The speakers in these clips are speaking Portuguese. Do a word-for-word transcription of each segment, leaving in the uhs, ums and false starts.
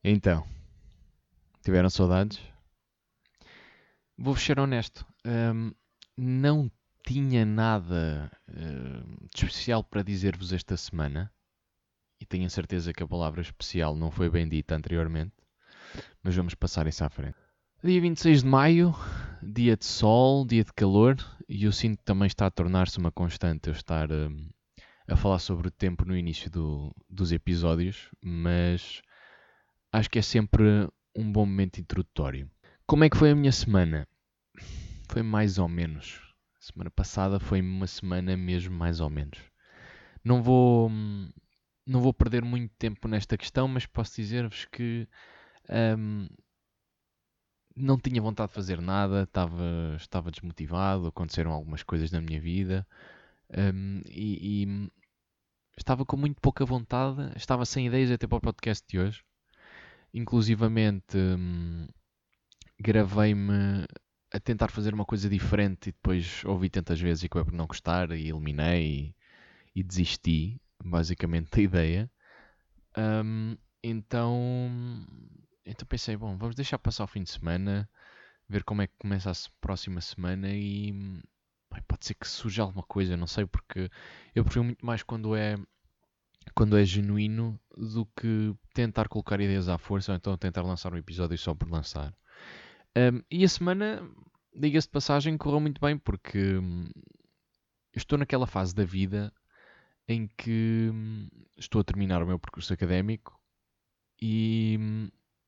Então, tiveram saudades? Vou-vos ser honesto. hum, não tinha nada hum, de especial para dizer-vos esta semana. E tenho a certeza que a palavra especial não foi bem dita anteriormente. Mas vamos passar isso à frente. Dia vinte e seis de maio, dia de sol, dia de calor. E eu sinto que também está a tornar-se uma constante eu estar hum, a falar sobre o tempo no início do- dos episódios. Mas acho que é sempre um bom momento introdutório. Como é que foi a minha semana? Foi mais ou menos. Semana passada foi uma semana mesmo mais ou menos. Não vou, não vou perder muito tempo nesta questão, mas posso dizer-vos que hum, não tinha vontade de fazer nada, estava, estava desmotivado, aconteceram algumas coisas na minha vida hum, e, e estava com muito pouca vontade, estava sem ideias até para o podcast de hoje. Inclusivamente hum, gravei-me a tentar fazer uma coisa diferente e depois ouvi tantas vezes e acabei por não gostar e eliminei e, e desisti, basicamente, da ideia. Ahm, então, então pensei, bom, vamos deixar passar o fim de semana, ver como é que começa a se- próxima semana e bem, pode ser que surja alguma coisa, não sei, porque eu prefiro muito mais quando é, quando é genuíno do que tentar colocar ideias à força ou então tentar lançar um episódio só por lançar. Um, e a semana, diga-se de passagem, correu muito bem porque hum, eu estou naquela fase da vida em que hum, estou a terminar o meu percurso académico e hum,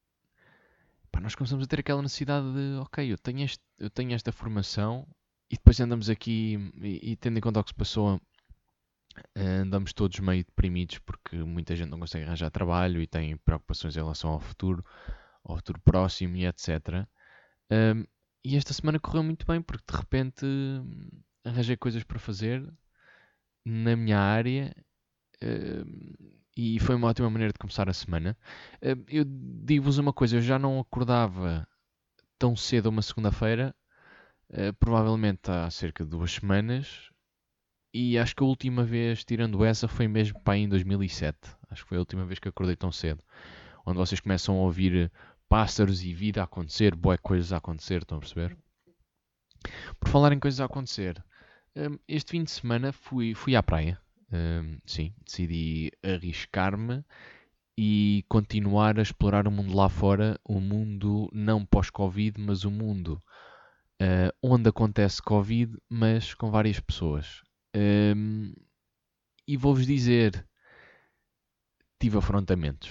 pá, nós começamos a ter aquela necessidade de, ok, eu tenho, este- eu tenho esta formação e depois andamos aqui e, e tendo em conta o que se passou, eh, andamos todos meio deprimidos porque muita gente não consegue arranjar trabalho e tem preocupações em relação ao futuro, ao futuro próximo e etcétera. Um, e esta semana correu muito bem porque de repente hum, arranjei coisas para fazer na minha área hum, e foi uma ótima maneira de começar a semana. Hum, eu digo-vos uma coisa, eu já não acordava tão cedo uma segunda-feira, uh, provavelmente há cerca de duas semanas, e acho que a última vez, tirando essa, foi mesmo para aí em dois mil e sete. Acho que foi a última vez que acordei tão cedo. Onde vocês começam a ouvir pássaros e vida a acontecer, boas coisas a acontecer, estão a perceber? Por falar em coisas a acontecer, hum, este fim de semana fui, fui à praia. Hum, sim, decidi arriscar-me e continuar a explorar o mundo lá fora. O mundo não pós-Covid, mas o mundo ah, onde acontece Covid, mas com várias pessoas. Hum, e vou-vos dizer, tive afrontamentos.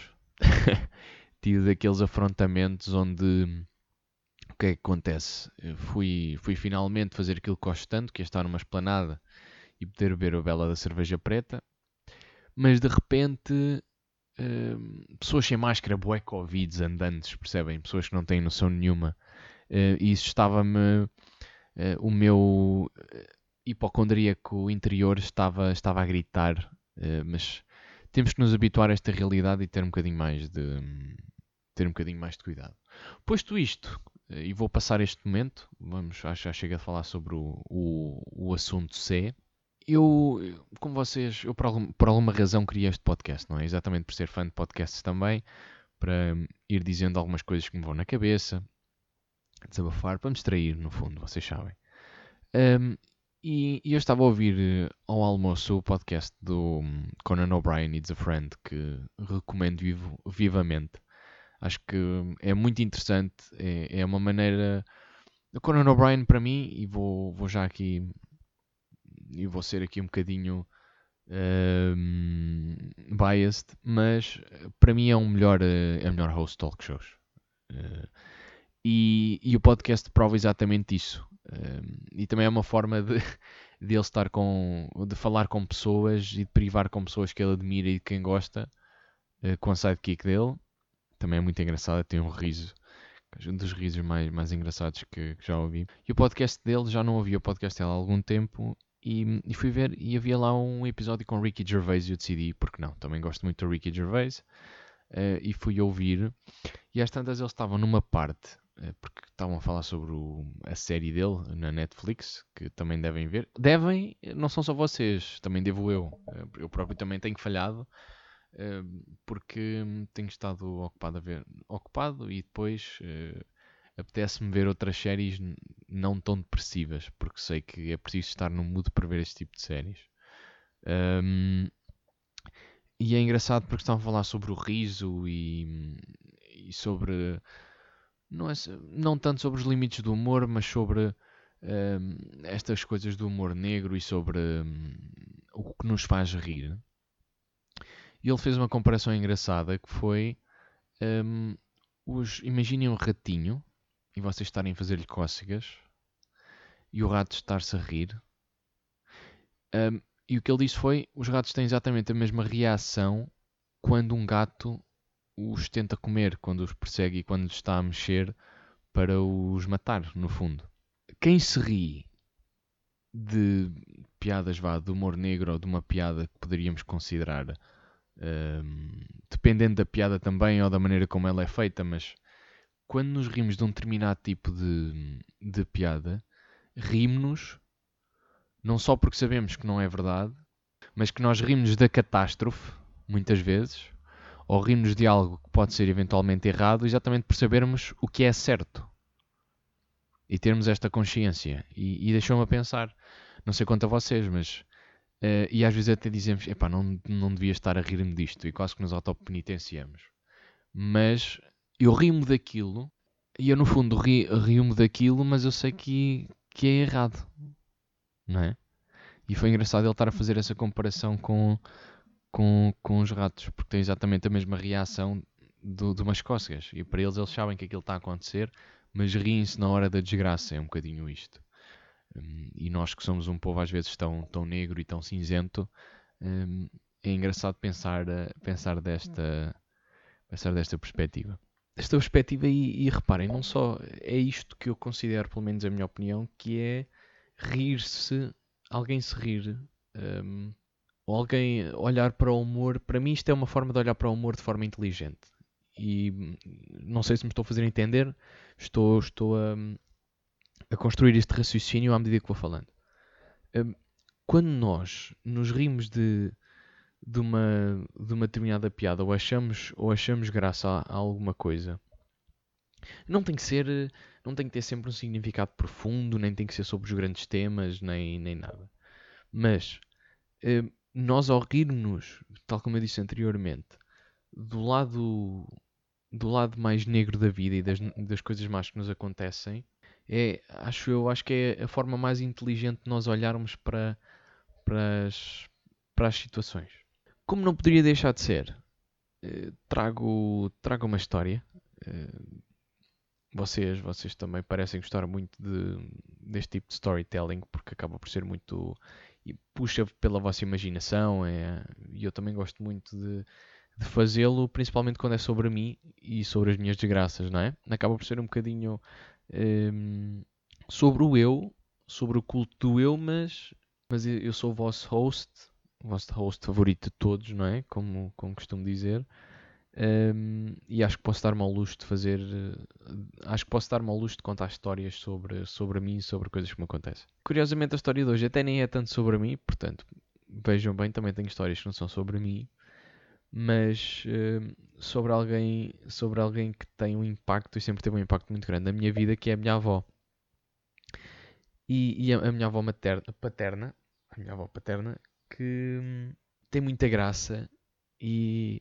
Tive daqueles afrontamentos onde o que é que acontece? Eu fui, fui finalmente fazer aquilo que gosto tanto, que é estar numa esplanada e poder beber a bela da cerveja preta, mas de repente hum, pessoas sem máscara, bué Covids andantes, percebem? Pessoas que não têm noção nenhuma. Uh, e isso estava-me. Uh, o meu uh, hipocondríaco interior estava, estava a gritar, uh, mas temos que nos habituar a esta realidade e ter um bocadinho mais de. hum, ter um bocadinho mais de cuidado. Posto isto, uh, e vou passar este momento, vamos, acho que já chega a falar sobre o, o, o assunto C. Eu, como vocês, eu por, algum, por alguma razão criei este podcast, não é? Exatamente por ser fã de podcasts também, para hum, ir dizendo algumas coisas que me vão na cabeça, desabafar, para me distrair, no fundo, vocês sabem. Um, e, e eu estava a ouvir eh, ao almoço o podcast do hum, Conan O'Brien Needs a Friend, que recomendo vivo- vivamente. Acho que hum, é muito interessante, é, é uma maneira. O Conan O'Brien, para mim, e vou, vou já aqui, e vou ser aqui um bocadinho um, biased, mas eh, para mim é um melhor, eh, é o melhor host de talk shows. Uh, e, e o podcast prova exatamente isso. Um, e também é uma forma de, de ele estar com, de falar com pessoas e de privar com pessoas que ele admira e de quem gosta, uh, com a sidekick dele. Também é muito engraçado, tem um riso, um dos risos mais, mais engraçados que, que já ouvi. E o podcast dele, já não ouvi o podcast dele há algum tempo, e, e fui ver e havia lá um episódio com Ricky Gervais e eu decidi, porque não, também gosto muito do Ricky Gervais, uh, e fui ouvir, e às tantas eles estavam numa parte, uh, porque estavam a falar sobre o- a série dele na Netflix, que também devem ver. Devem, não são só vocês, também devo eu. Uh, eu próprio também tenho falhado, uh, porque tenho estado ocupado a ver, ocupado e depois uh, apetece-me ver outras séries não tão depressivas, porque sei que é preciso estar no mood para ver este tipo de séries. Um, e é engraçado porque estavam a falar sobre o riso e, e sobre, não, é, não tanto sobre os limites do humor, mas sobre um, estas coisas do humor negro e sobre um, o que nos faz rir. E ele fez uma comparação engraçada que foi, um, os, imaginem um ratinho e vocês estarem a fazer-lhe cócegas e o rato estar-se a rir. Um, e o que ele disse foi, os ratos têm exatamente a mesma reação quando um gato os tenta comer, quando os persegue e quando os está a mexer para os matar, no fundo. Quem se ri de piadas, vá, de humor negro ou de uma piada que poderíamos considerar, um, dependendo da piada também ou da maneira como ela é feita, mas quando nos rimos de um determinado tipo de, de piada, rimos-nos não só porque sabemos que não é verdade, mas que nós rimos da catástrofe, muitas vezes, ou rimos de algo que pode ser eventualmente errado, exatamente por sabermos o que é certo. E termos esta consciência. E, e deixou-me a pensar, não sei quanto a vocês, mas... Uh, e às vezes até dizemos, epá, não, não devia estar a rir-me disto, e quase que nos autopenitenciamos. Mas eu rio-me daquilo, e eu no fundo ri, rio-me daquilo, mas eu sei que, que é errado. Não é? E foi engraçado ele estar a fazer essa comparação com, com, com os ratos, porque têm exatamente a mesma reação do, de umas cócegas. E para eles, eles sabem que aquilo está a acontecer, mas riem-se na hora da desgraça. É um bocadinho isto. Um, e nós que somos um povo às vezes tão, tão negro e tão cinzento, um, é engraçado pensar, pensar, desta, pensar desta perspectiva. Esta perspectiva, e, e reparem, não só é isto que eu considero, pelo menos a minha opinião, que é rir-se, alguém se rir, um, ou alguém olhar para o humor. Para mim isto é uma forma de olhar para o humor de forma inteligente. E não sei se me estou a fazer entender, estou, estou a, a construir este raciocínio à medida que vou falando. Um, quando nós nos rimos de, de, uma, de uma determinada piada, ou achamos, ou achamos graça a, a alguma coisa, não tem que ser, não tem que ter sempre um significado profundo, nem tem que ser sobre os grandes temas, nem, nem nada. Mas um, nós, ao rirmos, tal como eu disse anteriormente, do lado, do lado mais negro da vida e das, das coisas más que nos acontecem, é, acho eu, acho que é a forma mais inteligente de nós olharmos para, para, as, para as situações. Como não poderia deixar de ser, eh, trago, trago uma história. Eh, vocês, vocês também parecem gostar muito de, deste tipo de storytelling, porque acaba por ser muito... e puxa pela vossa imaginação, é, e eu também gosto muito de, de fazê-lo, principalmente quando é sobre mim e sobre as minhas desgraças, não é? Acaba por ser um bocadinho um, sobre o eu, sobre o culto do eu, mas, mas eu sou o vosso host, o vosso host favorito de todos, não é? Como, como costumo dizer. Um, e acho que posso dar-me ao luxo de fazer, uh, acho que posso dar-me ao luxo de contar histórias sobre, sobre mim e sobre coisas que me acontecem. Curiosamente, a história de hoje até nem é tanto sobre mim, portanto, vejam bem, também tenho histórias que não são sobre mim, mas uh, sobre alguém, sobre alguém que tem um impacto e sempre teve um impacto muito grande na minha vida, que é a minha avó. E, e a, a minha avó materna, paterna, a minha avó paterna, que hum, tem muita graça. e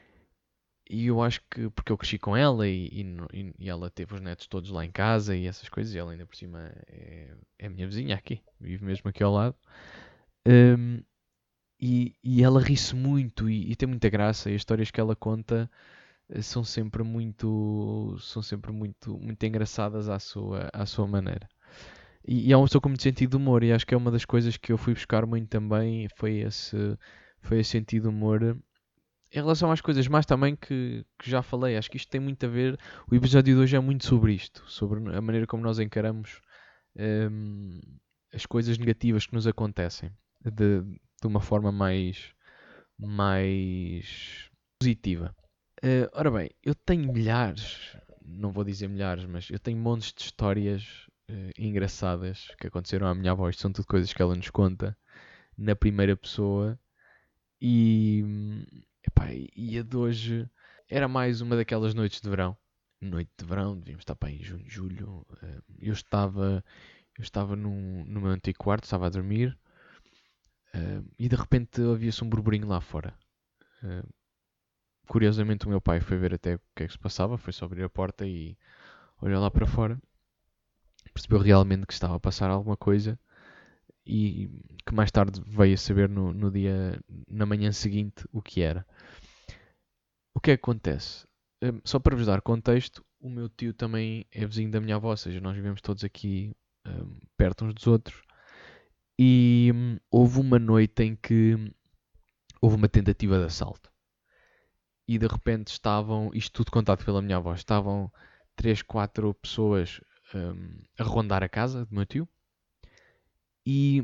E eu acho que, porque eu cresci com ela e, e, e ela teve os netos todos lá em casa e essas coisas, e ela ainda por cima é, é a minha vizinha aqui, vive mesmo aqui ao lado. Um, e, e ela ri-se muito e, e tem muita graça, e as histórias que ela conta eh, são sempre muito, são sempre muito, muito engraçadas à sua, à sua maneira. E, e é uma pessoa com muito sentido de humor, e acho que é uma das coisas que eu fui buscar muito também, foi esse, foi esse sentido de humor em relação às coisas mais também que, que já falei. Acho que isto tem muito a ver. O episódio de hoje é muito sobre isto, sobre a maneira como nós encaramos hum, as coisas negativas que nos acontecem de, de uma forma mais, mais positiva. Uh, ora bem, eu tenho milhares, não vou dizer milhares, mas eu tenho montes de histórias uh, engraçadas que aconteceram à minha avó. Isto são tudo coisas que ela nos conta na primeira pessoa. E, Epá, e a de hoje era mais uma daquelas noites de verão. Noite de verão, devíamos estar para em junho, julho. eh, Eu estava, eu estava num, no meu antigo quarto, estava a dormir, eh, e de repente havia-se um burburinho lá fora. Eh, Curiosamente, o meu pai foi ver até o que é que se passava, foi só abrir a porta e olhar lá para fora. Percebeu realmente que estava a passar alguma coisa e que mais tarde veio a saber no, no dia, na manhã seguinte, o que era. O que é que acontece? Hum, só para vos dar contexto, o meu tio também é vizinho da minha avó, ou seja, nós vivemos todos aqui hum, perto uns dos outros. E hum, houve uma noite em que houve uma tentativa de assalto. E de repente estavam, isto tudo contado pela minha avó, estavam três, quatro pessoas hum, a rondar a casa do meu tio. E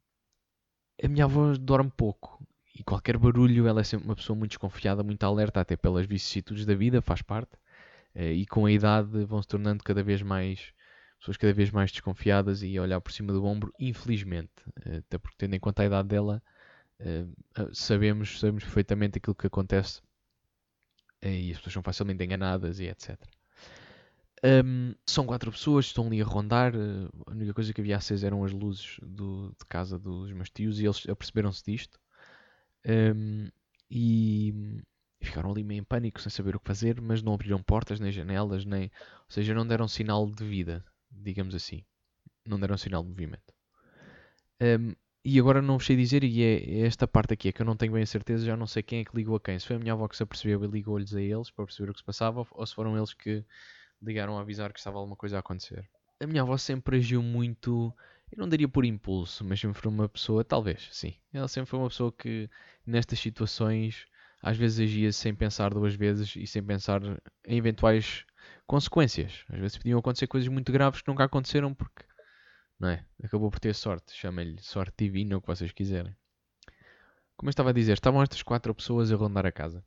a minha avó dorme pouco. E qualquer barulho, ela é sempre uma pessoa muito desconfiada, muito alerta, até pelas vicissitudes da vida, faz parte. Eh, E com a idade vão se tornando cada vez mais pessoas cada vez mais desconfiadas e a olhar por cima do ombro, infelizmente. Eh, Até porque tendo em conta a idade dela, eh, eh, sabemos, sabemos perfeitamente aquilo que acontece eh, e as pessoas são facilmente enganadas e etcétera. Ahm, são quatro pessoas, estão ali a rondar. eh, A única coisa que havia acesa eram as luzes do- de casa dos meus tios e eles aperceberam-se disto. Ahm, e ficaram ali meio em pânico, sem saber o que fazer, mas não abriram portas, nem janelas, nem... Ou seja, não deram sinal de vida, digamos assim. Não deram sinal de movimento. Ahm, e agora não vos sei dizer, e é, é esta parte aqui, é que eu não tenho bem a certeza, já não sei quem é que ligou a quem. Se foi a minha avó que se apercebeu e ligou-lhes a eles para perceber o que se passava, ou se foram eles que ligaram a avisar que estava alguma coisa a acontecer. A minha avó sempre agiu muito, eu não diria por impulso, mas sempre foi uma pessoa, talvez, sim. Ela sempre foi uma pessoa que, nestas situações, às vezes agia sem pensar duas vezes e sem pensar em eventuais consequências. Às vezes podiam acontecer coisas muito graves que nunca aconteceram porque, não é? Acabou por ter sorte. Chamem-lhe sorte divina, ou o que vocês quiserem. Como eu estava a dizer, estavam estas quatro pessoas a rondar a casa.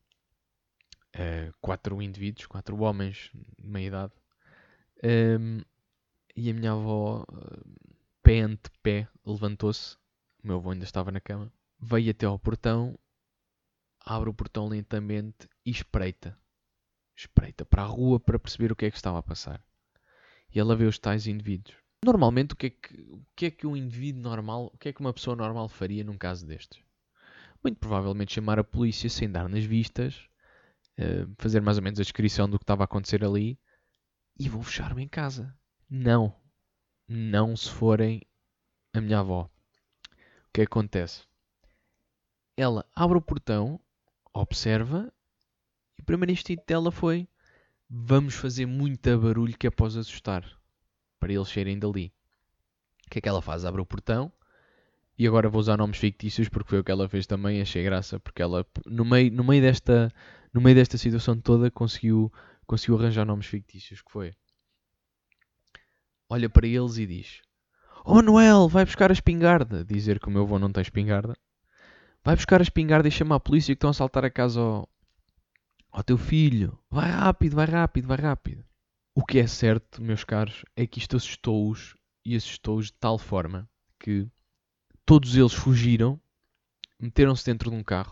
Eh, quatro indivíduos, quatro homens de meia idade. Ehm, e a minha avó, eh, pé ante pé, levantou-se. O meu avô ainda estava na cama. Veio até ao portão, abre o portão lentamente e espreita. Espreita para a rua para perceber o que é que estava a passar. E ela vê os tais indivíduos. Normalmente, o que é que, o que, é que um indivíduo normal, o que é que uma pessoa normal faria num caso destes? Muito provavelmente chamar a polícia sem dar nas vistas, eh, fazer mais ou menos a descrição do que estava a acontecer ali e vou fechar-me em casa. Não, não se forem a minha avó. O que acontece? Ela abre o portão, observa, e o primeiro instinto dela foi: vamos fazer muito barulho que é para os assustar, para eles saírem dali. O que é que ela faz? Abre o portão, e agora vou usar nomes fictícios porque foi o que ela fez também, achei graça, porque ela, no meio, no meio, desta, no meio desta situação toda, conseguiu, conseguiu arranjar nomes fictícios, que foi: olha para eles e diz: Oh Noel, vai buscar a espingarda. Dizer que o meu avô não tem espingarda. Vai buscar a espingarda e chama a polícia que estão a assaltar a casa ao, ao teu filho. Vai rápido, vai rápido, vai rápido. O que é certo, meus caros, é que isto assustou-os e assustou-os de tal forma que todos eles fugiram, meteram-se dentro de um carro.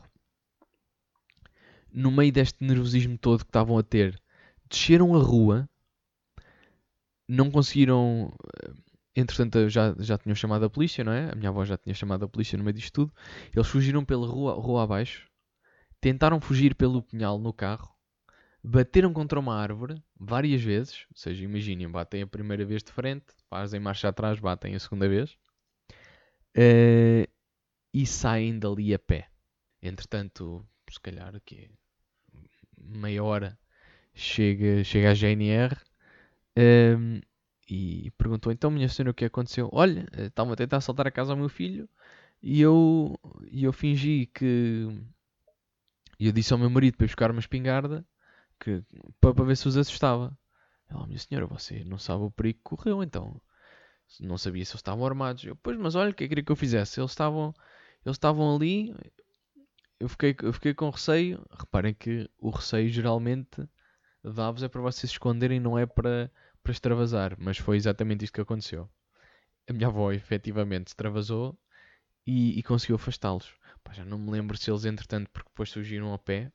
No meio deste nervosismo todo que estavam a ter, desceram a rua, não conseguiram. Entretanto, já, já tinham chamado a polícia, não é? A minha avó já tinha chamado a polícia no meio disto tudo. Eles fugiram pela rua, rua abaixo, tentaram fugir pelo pinhal no carro, bateram contra uma árvore várias vezes. Ou seja, imaginem, batem a primeira vez de frente, fazem marcha atrás, batem a segunda vez eh, e saem dali a pé. Entretanto, se calhar que meia hora chega, chega a G N R ehm, e perguntou: então, minha senhora, o que aconteceu? Olha, eh, estavam a tentar assaltar a casa ao meu filho e eu, e eu fingi que. E eu disse ao meu marido para ir buscar uma espingarda que, para, para ver se os assustava. Ela: minha senhora, você não sabe o perigo que correu, então. Não sabia se eles estavam armados. Eu: pois, mas olha, o que é que queria que eu fizesse? Eles estavam, eles estavam ali, eu fiquei, eu fiquei com receio. Reparem que o receio geralmente dá-vos é para vocês se esconderem, não é para, para extravasar. Mas foi exatamente isto que aconteceu. A minha avó efetivamente extravasou e, e conseguiu afastá-los. Pá, já não me lembro se eles, entretanto, porque depois surgiram ao pé.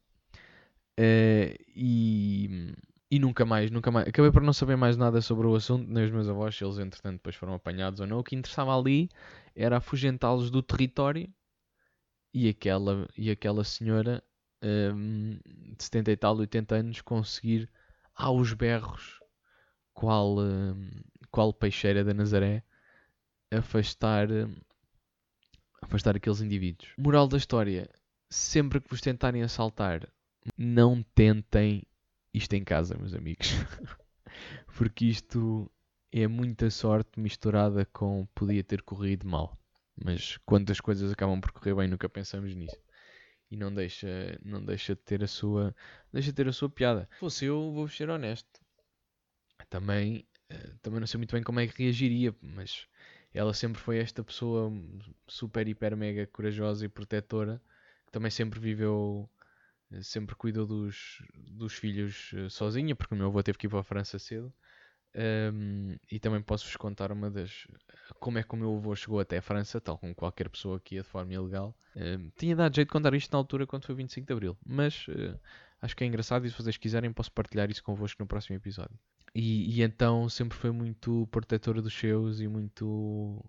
Uh, e, e nunca mais, nunca mais. Acabei por não saber mais nada sobre o assunto, nem os meus avós, se eles, entretanto, depois foram apanhados ou não. O que interessava ali era afugentá-los do território e aquela, e aquela senhora um, de setenta e tal, oitenta anos, conseguir aos berros, qual, um, qual peixeira da Nazaré, afastar, um, afastar aqueles indivíduos. Moral da história: sempre que vos tentarem assaltar, não tentem isto em casa, meus amigos. Porque isto é muita sorte misturada com podia ter corrido mal. Mas quando as coisas acabam por correr bem, nunca pensamos nisso. E não deixa, não deixa de ter a sua, deixa de ter a sua piada. Se fosse eu, vou ser honesto. Também, também não sei muito bem como é que reagiria, mas ela sempre foi esta pessoa super, hiper, mega corajosa e protetora, que também sempre viveu, sempre cuidou dos, dos filhos sozinha, porque o meu avô teve que ir para a França cedo. Um, e também posso-vos contar uma das... como é que o meu avô chegou até a França, tal como qualquer pessoa que ia de forma ilegal. Um, tinha dado jeito de contar isto na altura quando foi vinte e cinco de Abril, mas uh, acho que é engraçado e se vocês quiserem posso partilhar isso convosco no próximo episódio. E, e então sempre foi muito protetora dos seus e muito,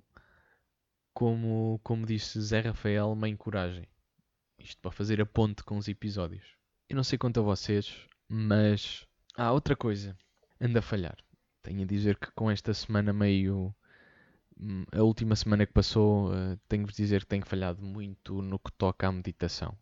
como, como disse Zé Rafael, mãe coragem. Isto para fazer a ponte com os episódios. Eu não sei quanto a vocês, mas... Ah, outra coisa. Anda a falhar. Tenho a dizer que com esta semana meio... A última semana que passou, uh, tenho-vos dizer que tenho falhado muito no que toca à meditação.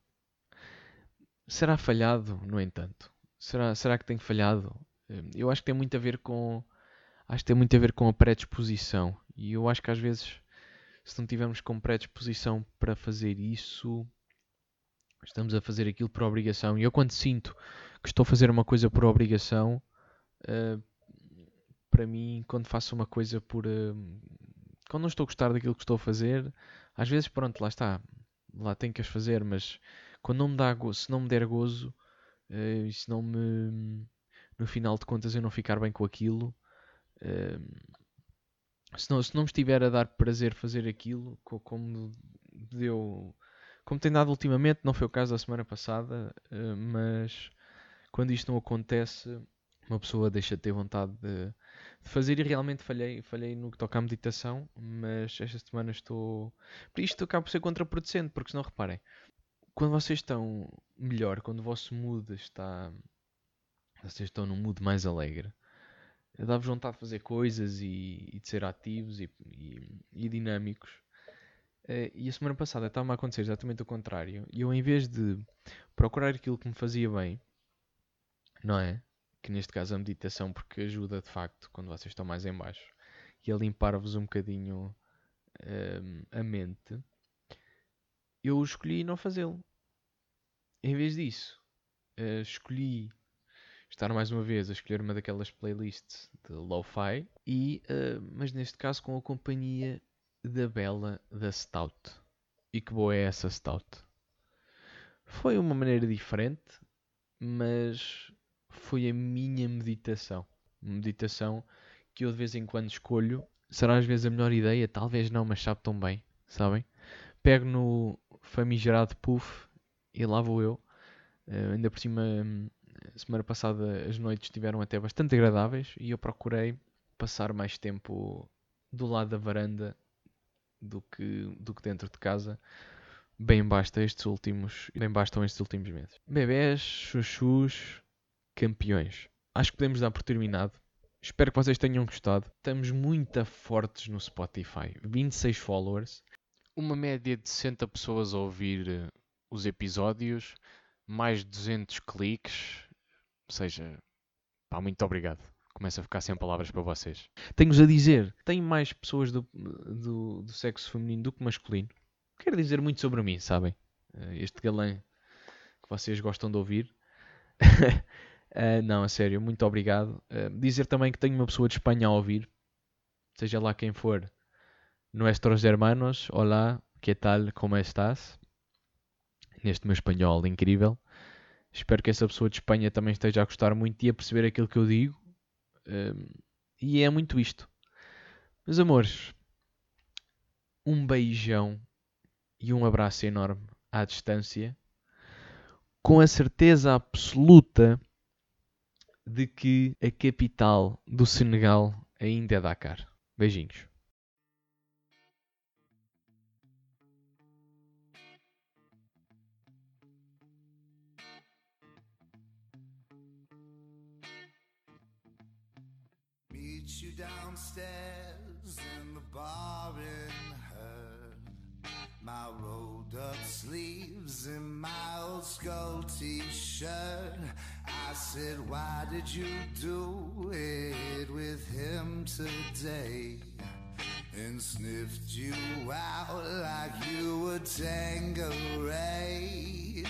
Será falhado, no entanto? Será, será que tenho falhado? Uh, eu acho que tem muito a ver com... Acho que tem muito a ver com a predisposição. E eu acho que às vezes, se não tivermos com predisposição para fazer isso, estamos a fazer aquilo por obrigação. E eu quando sinto que estou a fazer uma coisa por obrigação... Uh, para mim, quando faço uma coisa por... Uh, quando não estou a gostar daquilo que estou a fazer, às vezes, pronto, lá está. Lá tenho que as fazer, mas quando não me dá gozo, se não me der gozo, uh, e se não me... No final de contas eu não ficar bem com aquilo, uh, se, não, se não me estiver a dar prazer fazer aquilo, como deu... Como tem dado ultimamente, não foi o caso da semana passada, uh, mas quando isto não acontece... Uma pessoa deixa de ter vontade de, de fazer e realmente falhei, falhei no que toca à meditação, mas esta semana estou... Por isto acaba por ser contraproducente, porque se não reparem, quando vocês estão melhor, quando o vosso mood está... Vocês estão num mood mais alegre, dá-vos vontade de fazer coisas e, e de ser ativos e, e, e dinâmicos. E a semana passada estava-me a acontecer exatamente o contrário. E eu, em vez de procurar aquilo que me fazia bem, não é? Que neste caso a meditação, porque ajuda de facto quando vocês estão mais em baixo e a limpar-vos um bocadinho um, a mente, eu escolhi não fazê-lo. Em vez disso, uh, escolhi estar mais uma vez a escolher uma daquelas playlists de lo-fi, e, uh, mas neste caso com a companhia da Bela da Stout. E que boa é essa Stout? Foi uma maneira diferente, mas... foi a minha meditação. Meditação que eu de vez em quando escolho. Será às vezes a melhor ideia? Talvez não, mas sabe tão bem. Sabem? Pego no famigerado puff e lá vou eu. Uh, ainda por cima, semana passada as noites estiveram até bastante agradáveis e eu procurei passar mais tempo do lado da varanda do que, do que dentro de casa. Bem basta estes últimos, bem bastam estes últimos meses. Bebés, chuchus, campeões. Acho que podemos dar por terminado. Espero que vocês tenham gostado. Estamos muito fortes no Spotify. vinte e seis followers. Uma média de sessenta pessoas a ouvir os episódios. Mais de duzentos cliques. Ou seja, pá, muito obrigado. Começo a ficar sem palavras para vocês. Tenho-vos a dizer, tem mais pessoas do, do, do sexo feminino do que masculino. Quero dizer muito sobre mim, sabem? Este galã que vocês gostam de ouvir. Uh, não, a sério, muito obrigado. Uh, dizer também que tenho uma pessoa de Espanha a ouvir, seja lá quem for. Nuestros hermanos, olá, que tal, como estás? Neste meu espanhol incrível. Espero que essa pessoa de Espanha também esteja a gostar muito e a perceber aquilo que eu digo. Uh, e é muito isto. Meus amores, um beijão e um abraço enorme à distância, com a certeza absoluta de que a capital do Senegal ainda é Dakar. Beijinhos. Meet you downstairs in the bar in her. My rolled up sleeves and my old skull t-shirt. I said, why did you do it with him today? And sniffed you out like you were Tanqueray.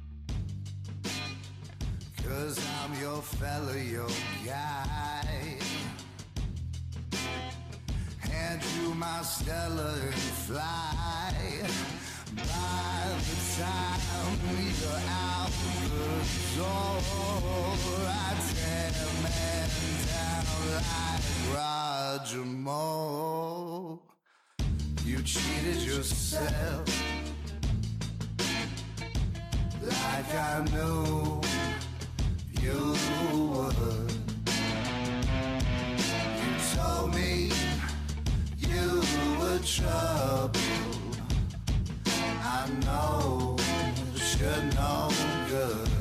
Cause I'm your fella, your guy. Hand you my Stella and fly. By the time you're out the door, I tear man down like Roger Moore. You cheated yourself like I knew you would. You told me you were trouble. I know you're no good.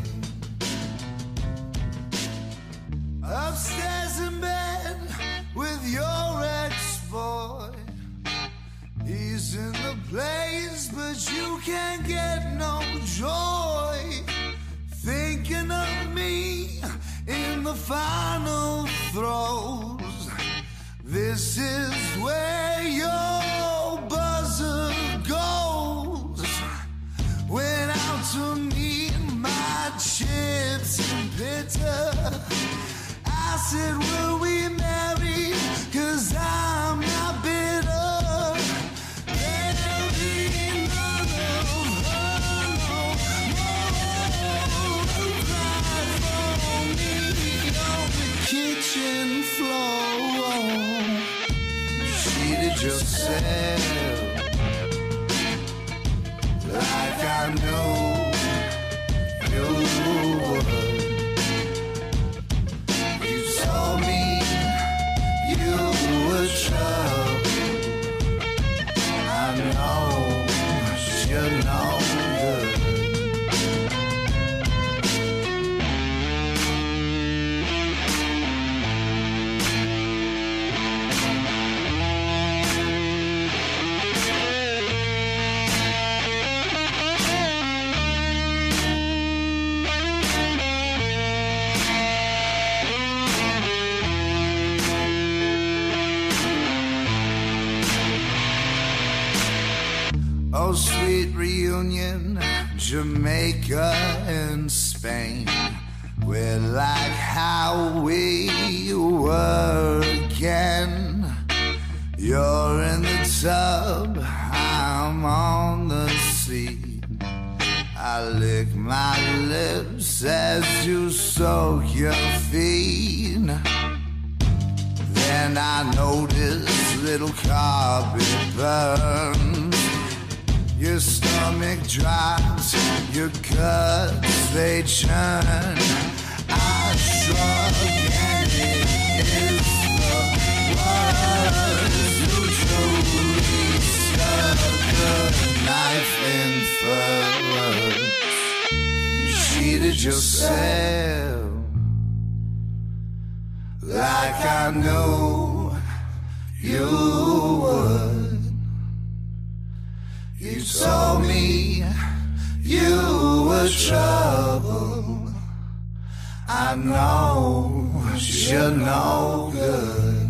Upstairs in bed with your ex-boy. He's in the place, but you can't get no joy. Thinking of me in the final throes. This is where your buzzer goes. Went out to meet my chips and bitter. I said, will we marry? Cause I'm not bitter. There'll be none of her no more. Cry for me on the kitchen floor. Cheated yourself like I know you would. You told me you were trouble. I know you're no good. Oh, sweet reunion, Jamaica and Spain. We're like how we were again. You're in the tub, I'm on the seat. I lick my lips as you soak your feet. Then I notice little carpet burns. Your stomach drops, your guts they churn. I shrug and it is the words who truly stuck the knife in furrows. You cheated yourself like I knew you would. You told me you were trouble. I know you're no good.